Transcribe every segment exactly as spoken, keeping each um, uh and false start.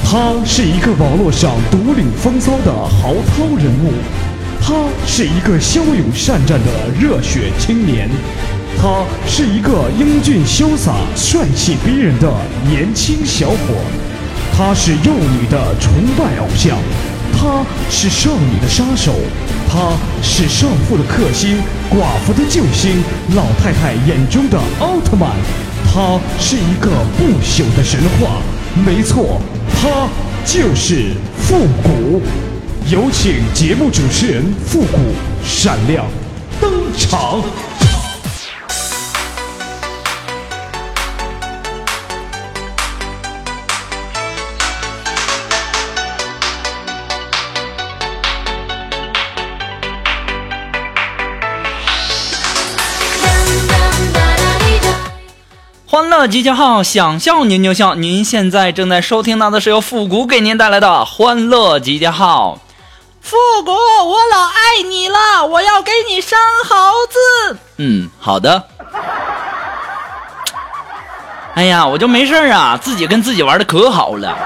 他是一个网络上独领风骚的豪涛人物，他是一个骁勇善战的热血青年，他是一个英俊潇洒、帅气逼人的年轻小伙，他是幼女的崇拜偶像，他是少女的杀手，他是少妇的克星，寡妇的救星，老太太眼中的奥特曼，他是一个不朽的神话。没错，他就是复古。有请节目主持人复古闪亮登场。 欢乐集结号，想笑您就笑。您现在正在收听到的是由复古给您带来的欢乐集结号。 复古，我老爱你了，我要给你生猴子。 嗯，好的。哎呀，我就没事啊，自己跟自己玩的可好了。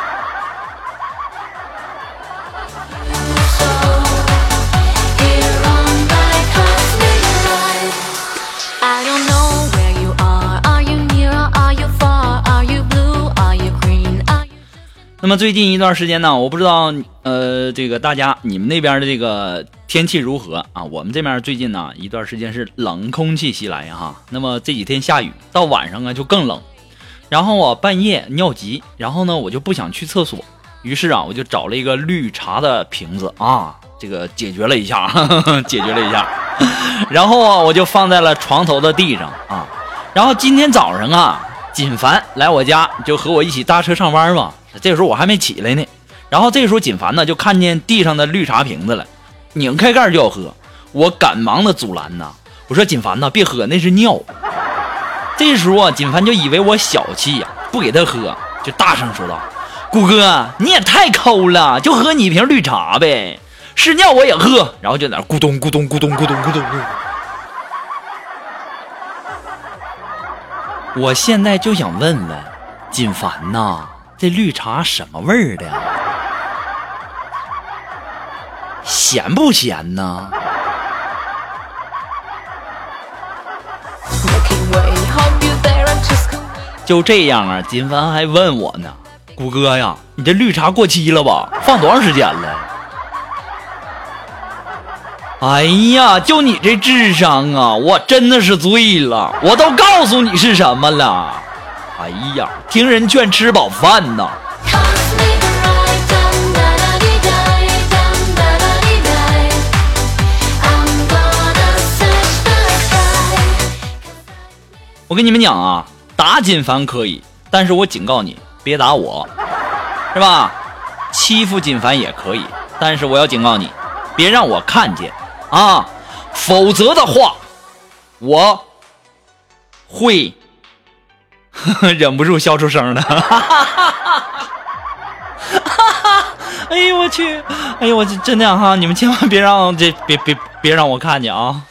那么最近一段时间呢，我不知道呃这个大家你们那边的这个天气如何啊？我们这边最近呢一段时间是冷空气袭来哈。那么这几天下雨，到晚上啊就更冷。然后我半夜尿急，然后呢我就不想去厕所，于是啊我就找了一个绿茶的瓶子啊，这个解决了一下，呵呵解决了一下。然后啊我就放在了床头的地上啊。然后今天早上啊，锦凡来我家就和我一起搭车上班嘛。这个时候我还没起来呢，然后这个时候锦凡呢就看见地上的绿茶瓶子了，拧开盖就要喝，我赶忙的阻拦呐，我说锦凡呐，别喝，那是尿。这时候啊，锦凡就以为我小气呀、啊，不给他喝，就大声说道：“谷哥，你也太抠了，就喝你一瓶绿茶呗，是尿我也喝。”然后就在那咕咚咕咚咕咚咕咚咕咚咕咚。我现在就想问问锦凡呐，这绿茶什么味儿的呀？咸不咸呢？就这样啊，锦凡还问我呢，谷哥呀，你这绿茶过期了吧？放多长时间了？哎呀，就你这智商啊，我真的是醉了，我都告诉你是什么了。哎呀，听人劝，吃饱饭呐。我跟你们讲啊，打锦凡可以，但是我警告你，别打我，是吧？欺负锦凡也可以，但是我要警告你，别让我看见啊，否则的话，我会忍不住笑出声了。哎呦我去，哎呦我真的哈，你们千万别让这别别别让我看见啊。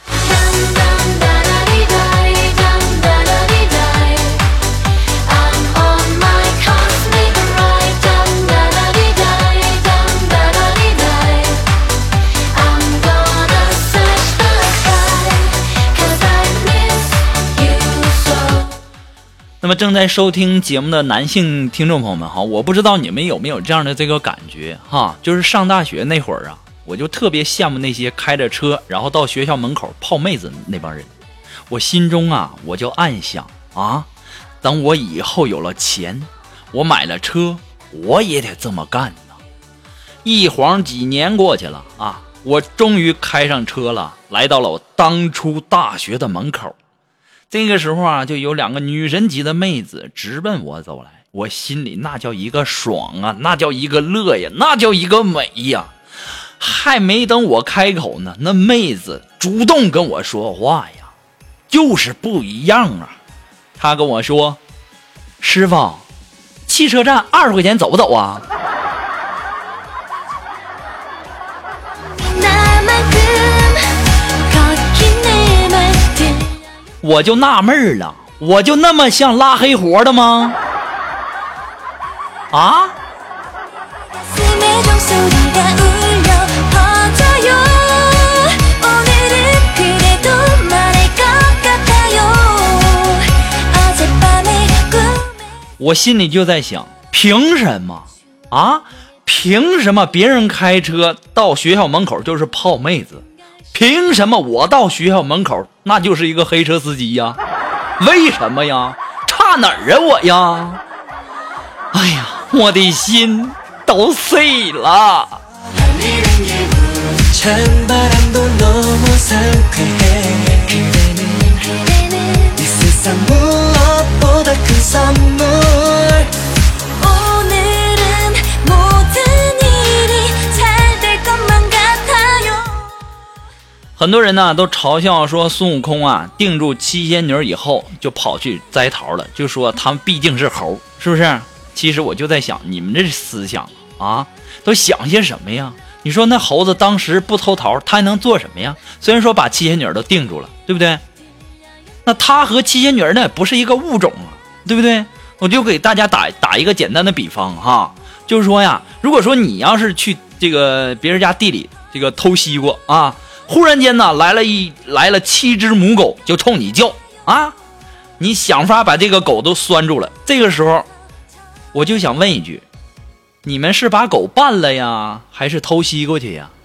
那么正在收听节目的男性听众朋友们哈，我不知道你们有没有这样的这个感觉哈，就是上大学那会儿啊，我就特别羡慕那些开着车然后到学校门口泡妹子那帮人。我心中啊，我就暗想啊，等我以后有了钱，我买了车，我也得这么干呢。一晃几年过去了啊，我终于开上车了，来到了我当初大学的门口。这个时候啊，就有两个女神级的妹子直奔我走来，我心里那叫一个爽啊，那叫一个乐呀，那叫一个美呀。还没等我开口呢，那妹子主动跟我说话呀，就是不一样啊。她跟我说：“师傅，汽车站二十块钱走不走啊？”我就纳闷了，我就那么像拉黑活的吗？啊， 我心里就在想，凭什么啊？凭什么别人开车到学校门口就是泡妹子？凭什么我到学校门口那就是一个黑车司机呀？为什么呀？差哪儿啊我呀？哎呀，我的心都碎了。很多人呢都嘲笑说孙悟空啊定住七仙女以后就跑去摘桃了，就说他们毕竟是猴，是不是？其实我就在想，你们这思想啊都想些什么呀？你说那猴子当时不偷桃他还能做什么呀？虽然说把七仙女都定住了，对不对？那他和七仙女那也不是一个物种啊，对不对？我就给大家打打一个简单的比方哈，就是说呀，如果说你要是去这个别人家地里这个偷西瓜啊，忽然间呢来了一来了七只母狗就冲你叫啊，你想法把这个狗都拴住了。这个时候我就想问一句，你们是把狗办了呀，还是偷西瓜去呀？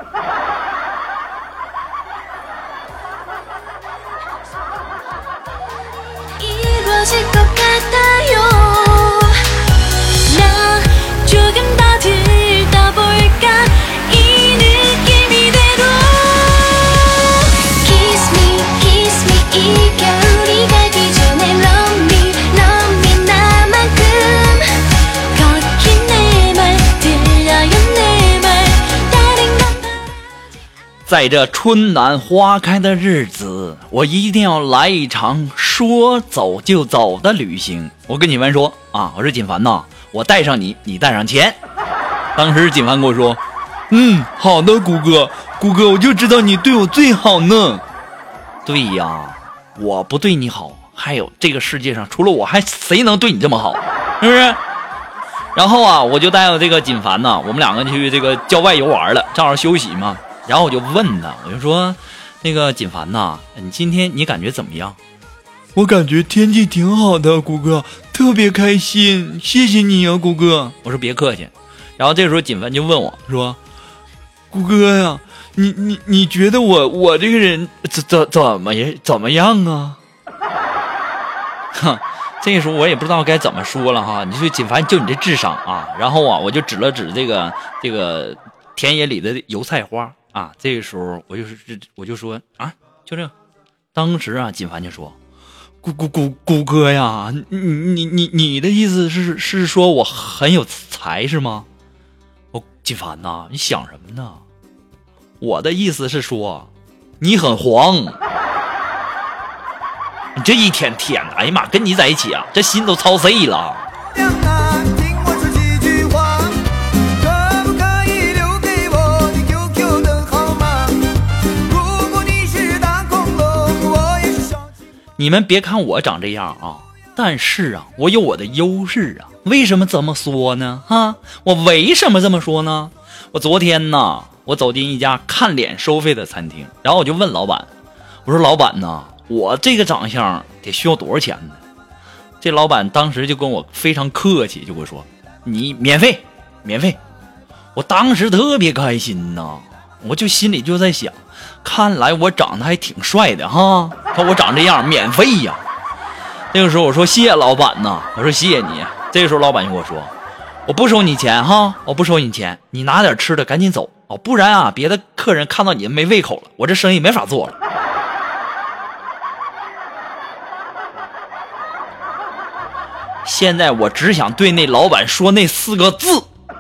在这春暖花开的日子，我一定要来一场说走就走的旅行。我跟锦凡说啊，我说锦凡呐，我带上你，你带上钱。当时锦凡跟我说，嗯，好的，谷歌，谷歌，我就知道你对我最好呢。对呀，我不对你好，还有这个世界上除了我还谁能对你这么好，是不是？然后啊，我就带着这个锦凡呢，我们两个去这个郊外游玩了，正好休息嘛。然后我就问他，我就说，那个锦凡呐，你今天你感觉怎么样？我感觉天气挺好的，谷歌，特别开心，谢谢你啊，谷歌。我说别客气。然后这个时候锦凡就问我说，谷歌呀，你你你觉得我我这个人怎怎怎么怎么样啊？哼，这个时候我也不知道该怎么说了哈。你说锦凡就你这智商啊，然后啊我就指了指这个这个田野里的油菜花。啊，这个时候我就是我就说啊，就这，当时啊，锦凡就说，谷谷谷谷歌呀，你你你你的意思是是说我很有才是吗？我锦凡呐，你想什么呢？我的意思是说，你很黄，你这一天天的，哎呀妈，跟你在一起啊，这心都操碎了。你们别看我长这样啊，但是啊，我有我的优势啊。为什么这么说呢？哈，我为什么这么说呢？我昨天呢，我走进一家看脸收费的餐厅，然后我就问老板，我说老板呢，我这个长相得需要多少钱呢？这老板当时就跟我非常客气，就跟我说，你免费，免费。我当时特别开心呐，我就心里就在想，看来我长得还挺帅的哈，看我长这样免费呀。那个时候我说谢谢老板呐，我说谢谢你。这个时候老板就跟我说，我不收你钱哈，我不收你钱，你拿点吃的赶紧走哦，不然啊别的客人看到你没胃口了，我这生意没法做了。现在我只想对那老板说那四个字，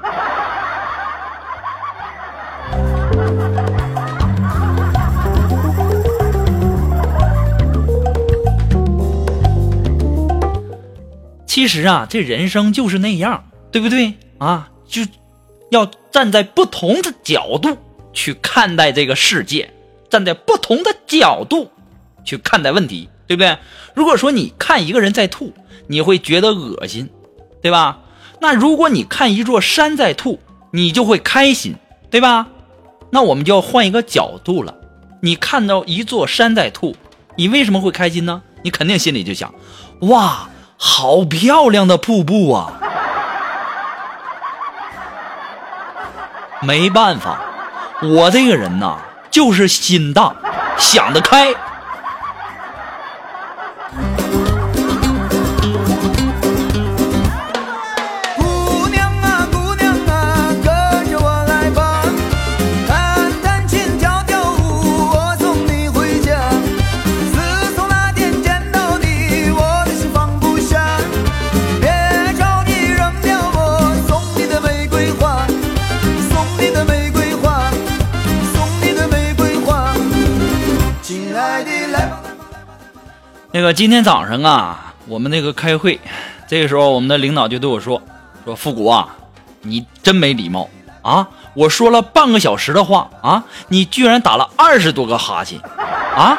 其实啊，这人生就是那样，对不对啊？就要站在不同的角度去看待这个世界，站在不同的角度去看待问题，对不对？如果说你看一个人在吐，你会觉得恶心，对吧？那如果你看一座山在吐， 你就会开心，对吧？那我们就要换一个角度了。你看到一座山在吐，你为什么会开心呢？你肯定心里就想，哇，好漂亮的瀑布啊！没办法，我这个人呐，就是心大，想得开。那个今天早上啊，我们那个开会，这个时候我们的领导就对我说说复古啊，你真没礼貌啊！我说了半个小时的话啊，你居然打了二十多个哈欠啊！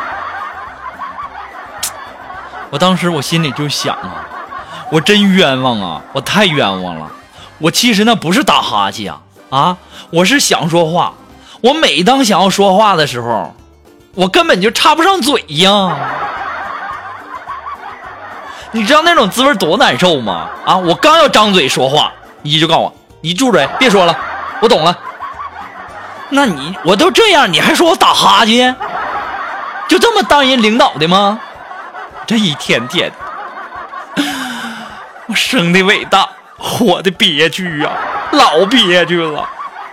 我当时我心里就想啊，我真冤枉啊，我太冤枉了。我其实那不是打哈欠啊啊，我是想说话。我每当想要说话的时候，我根本就插不上嘴呀。你知道那种滋味多难受吗？啊，我刚要张嘴说话，你就告诉我，你住嘴，别说了，我懂了。那你我都这样，你还说我打哈欠？就这么当人领导的吗？这一天天，我生的伟大，活的憋屈啊，老憋屈了。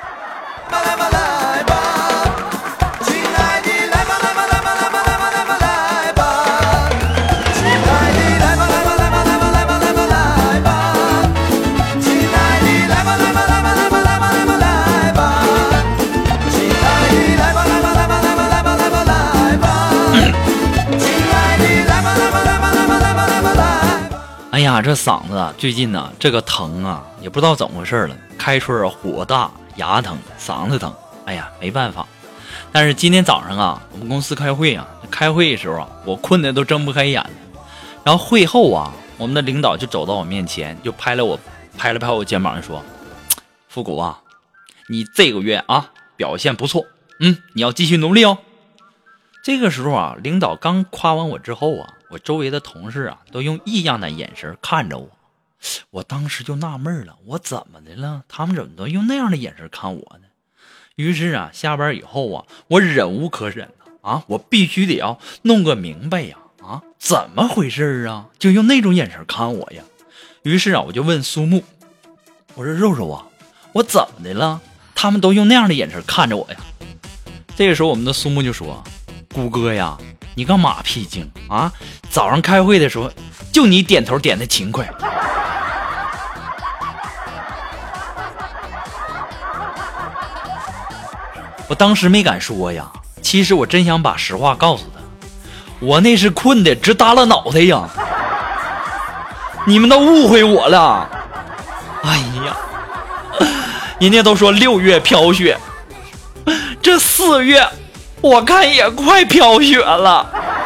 哎呀，这嗓子啊，最近呢、啊，这个疼啊，也不知道怎么回事了。开春啊，火大，牙疼，嗓子疼。哎呀，没办法。但是今天早上啊，我们公司开会啊，开会的时候啊，我困得都睁不开眼了。然后会后啊，我们的领导就走到我面前，就拍了我，拍了拍我肩膀，说：“复古啊，你这个月啊表现不错，嗯，你要继续努力哦。”这个时候啊，领导刚夸完我之后啊，我周围的同事啊都用异样的眼神看着我，我当时就纳闷了，我怎么的了？他们怎么都用那样的眼神看我呢？于是啊，下班以后啊，我忍无可忍了啊，我必须得要弄个明白呀！啊，怎么回事啊？就用那种眼神看我呀？于是啊，我就问苏木，我说肉肉啊，我怎么的了？他们都用那样的眼神看着我呀？这个时候，我们的苏木就说：“谷哥呀，你个马屁精啊！早上开会的时候，就你点头点的勤快。”我当时没敢说呀，其实我真想把实话告诉他，我那是困的直耷拉脑袋呀！你们都误会我了。哎呀，人家都说六月飘雪，这四月我看也快飘雪了。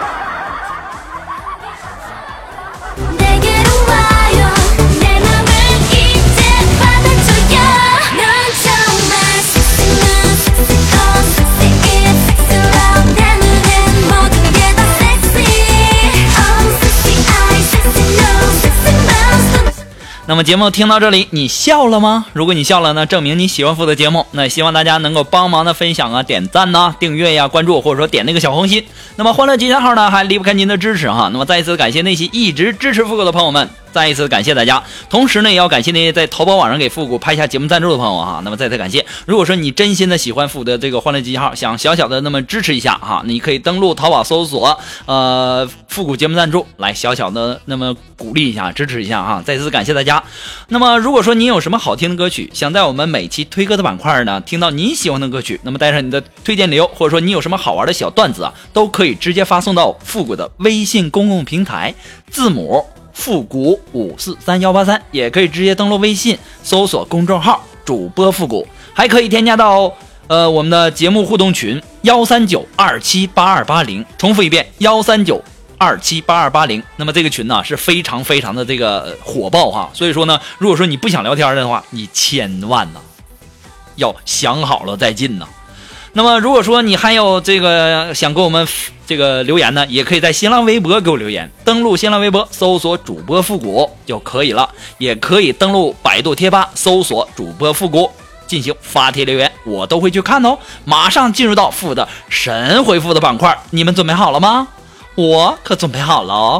那么节目听到这里，你笑了吗？如果你笑了呢，证明你喜欢复的节目。那希望大家能够帮忙的分享啊、点赞呐、订阅呀、关注，或者说点那个小红心。那么欢乐集结号呢，还离不开您的支持哈。那么再一次感谢那些一直支持复古的朋友们，再一次感谢大家。同时呢，也要感谢那些在淘宝网上给复古拍下节目赞助的朋友哈。那么再次感谢。如果说你真心的喜欢复古的这个欢乐集结号，想小小的那么支持一下哈，你可以登录淘宝搜索呃复古节目赞助，来小小的那么鼓励一下、支持一下哈。再次感谢大家。那么如果说您有什么好听的歌曲，想在我们每期推歌的板块呢听到你喜欢的歌曲，那么带上你的推荐理由，或者说你有什么好玩的小段子啊，都可以直接发送到复古的微信公共平台，字母复古五四三一八三，也可以直接登录微信搜索公众号主播复古，还可以添加到呃我们的节目互动群幺三九二七八二八零，重复一遍幺三九二七八二八零。那么这个群呢是非常非常的这个火爆哈，所以说呢，如果说你不想聊天的话，你千万呢要想好了再进呢。那么如果说你还有这个想给我们这个留言呢，也可以在新浪微博给我留言，登录新浪微博搜索主播复古就可以了，也可以登录百度贴吧搜索主播复古进行发帖留言，我都会去看哦。马上进入到复的神回复的板块，你们准备好了吗？我可准备好了哦。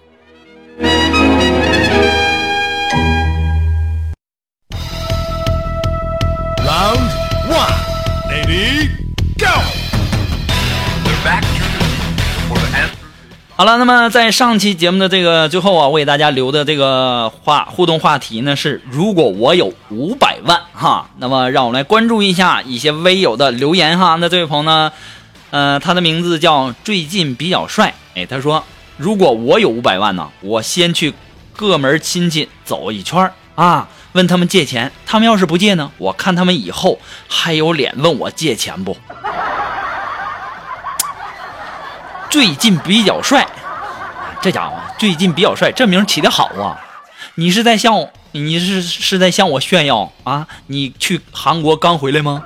Round one, ready, go! They're back for the answer. 好了，那么在上期节目的这个最后啊，我给大家留的这个话互动话题呢是，如果我有五百万哈，那么让我们来关注一下一些微友的留言哈。那这位朋友呢，呃，他的名字叫最近比较帅，哎，他说，如果我有五百万呢，我先去各门亲戚走一圈啊，问他们借钱，他们要是不借呢，我看他们以后还有脸问我借钱不？最近比较帅，这家伙最近比较帅，这名起得好啊！你是在向我，你是是在向我炫耀啊？你去韩国刚回来吗？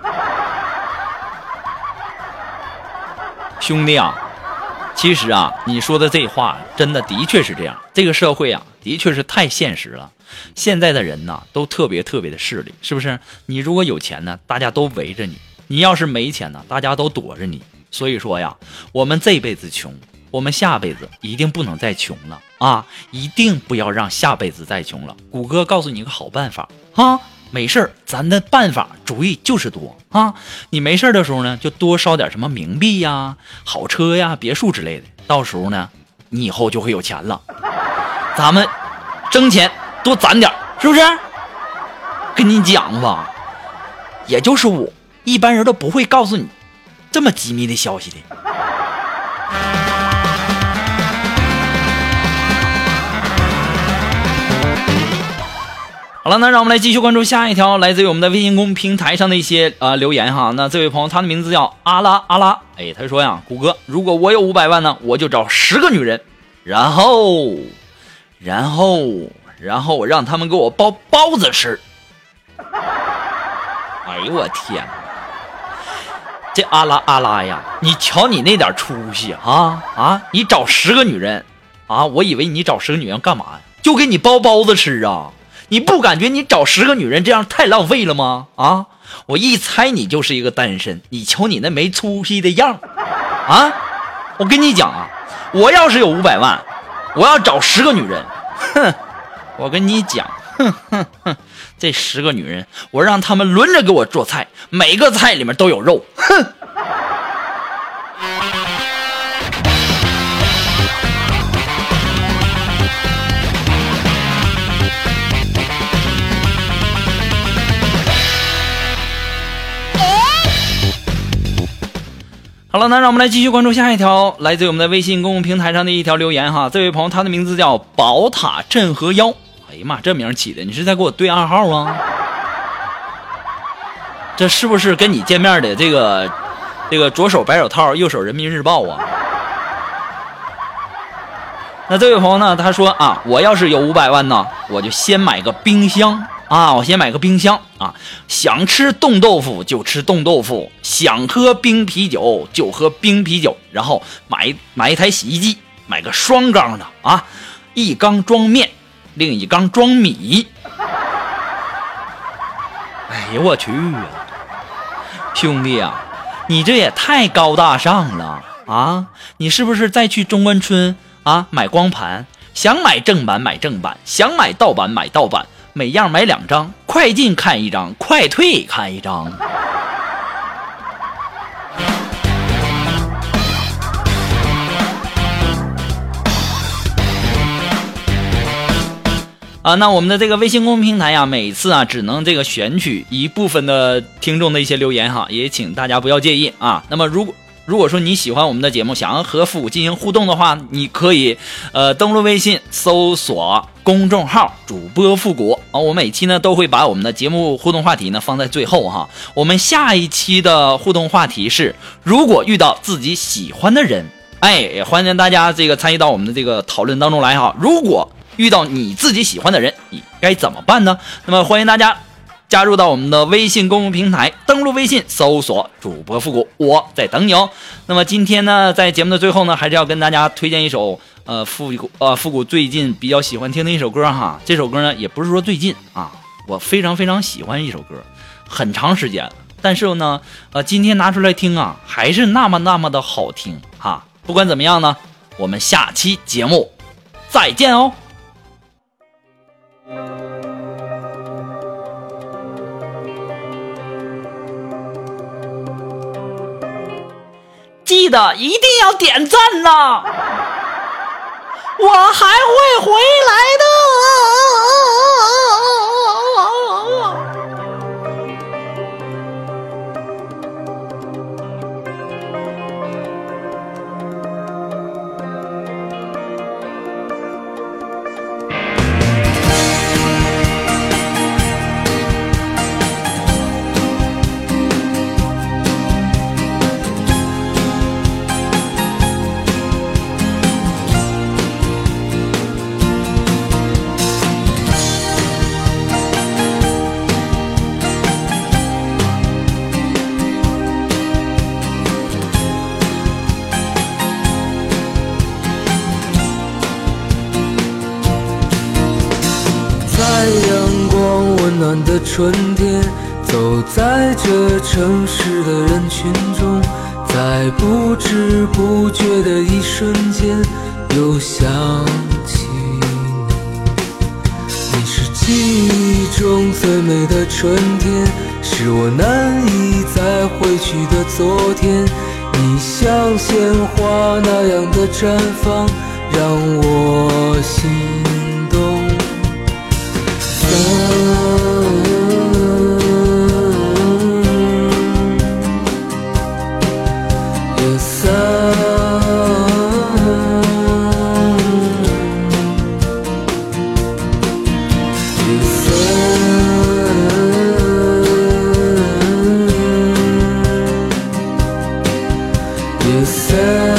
兄弟啊，其实啊，你说的这话真的的确是这样。这个社会啊，的确是太现实了。现在的人呢，都特别特别的势利，是不是？你如果有钱呢，大家都围着你；你要是没钱呢，大家都躲着你。所以说呀，我们这辈子穷，我们下辈子一定不能再穷了啊！一定不要让下辈子再穷了。谷歌告诉你一个好办法啊，没事咱的办法主意就是多啊。你没事的时候呢，就多烧点什么冥币呀、好车呀、别墅之类的，到时候呢，你以后就会有钱了。咱们挣钱多攒点，是不是？跟你讲吧，也就是我一般人都不会告诉你这么机密的消息的。好了，那让我们来继续关注下一条来自于我们的微信公平台上的一些呃留言哈。那这位朋友他的名字叫阿拉阿拉，哎，他说呀，谷歌，如果我有五百万呢，我就找十个女人，然后然后然后我让他们给我包包子吃。哎呦我天，这阿拉阿拉呀，你瞧你那点出息啊啊！你找十个女人啊，我以为你找十个女人干嘛呀？就给你包包子吃啊！你不感觉你找十个女人这样太浪费了吗？啊！我一猜你就是一个单身，你瞧你那没出息的样啊！我跟你讲啊，我要是有五百万，我要找十个女人，哼！我跟你讲，哼哼哼，这十个女人，我让她们轮着给我做菜，每个菜里面都有肉，哼！好了，那让我们来继续关注下一条来自于我们的微信公共平台上的一条留言哈。这位朋友他的名字叫宝塔镇河妖，哎呀妈，这名起的，你是在给我对暗号吗？这是不是跟你见面的这个这个左手白手套，右手人民日报啊？那这位朋友呢，他说啊，我要是有五百万呢，我就先买个冰箱啊，我先买个冰箱啊，想吃冻豆腐就吃冻豆腐，想喝冰啤酒就喝冰啤酒，然后买买一台洗衣机，买个双缸的啊，一缸装面，另一缸装米。哎呦我去啊，兄弟啊，你这也太高大上了啊！你是不是再去中关村啊买光盘？想买正版买正版，想买盗版买盗版，每样买两张，快进看一张，快退看一张。啊，那我们的这个微信公众平台呀，每次啊只能这个选取一部分的听众的一些留言哈，也请大家不要介意啊。那么如果如果说你喜欢我们的节目，想要和复古进行互动的话，你可以呃登录微信搜索公众号主播复古啊，我每期呢都会把我们的节目互动话题呢放在最后哈。我们下一期的互动话题是，如果遇到自己喜欢的人，哎，也欢迎大家这个参与到我们的这个讨论当中来哈。如果遇到你自己喜欢的人，你该怎么办呢？那么欢迎大家加入到我们的微信公众平台，登录微信搜索主播复古，我在等你哦。那么今天呢，在节目的最后呢，还是要跟大家推荐一首呃复古呃复古最近比较喜欢听的一首歌哈。这首歌呢，也不是说最近啊，我非常非常喜欢一首歌，很长时间了，但是呢，呃，今天拿出来听啊，还是那么那么的好听哈。不管怎么样呢，我们下期节目再见哦。 记得一定要点赞呐！我还会回来的。 在阳光温暖的春天，走在这城市的人群中，在不知不觉的一瞬间，又想起你。你是记忆中最美的春天，是我难以再回去的昨天。你像鲜花那样的绽放，让我心动。Yes, yes,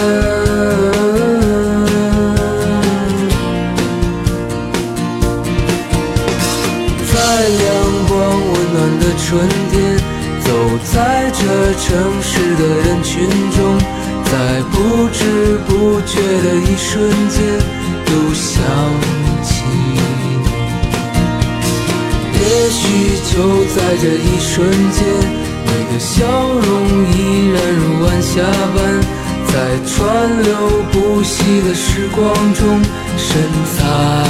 春天，走在这城市的人群中，在不知不觉的一瞬间，又想起你。也许就在这一瞬间，你的笑容依然如晚霞般，在川流不息的时光中深藏。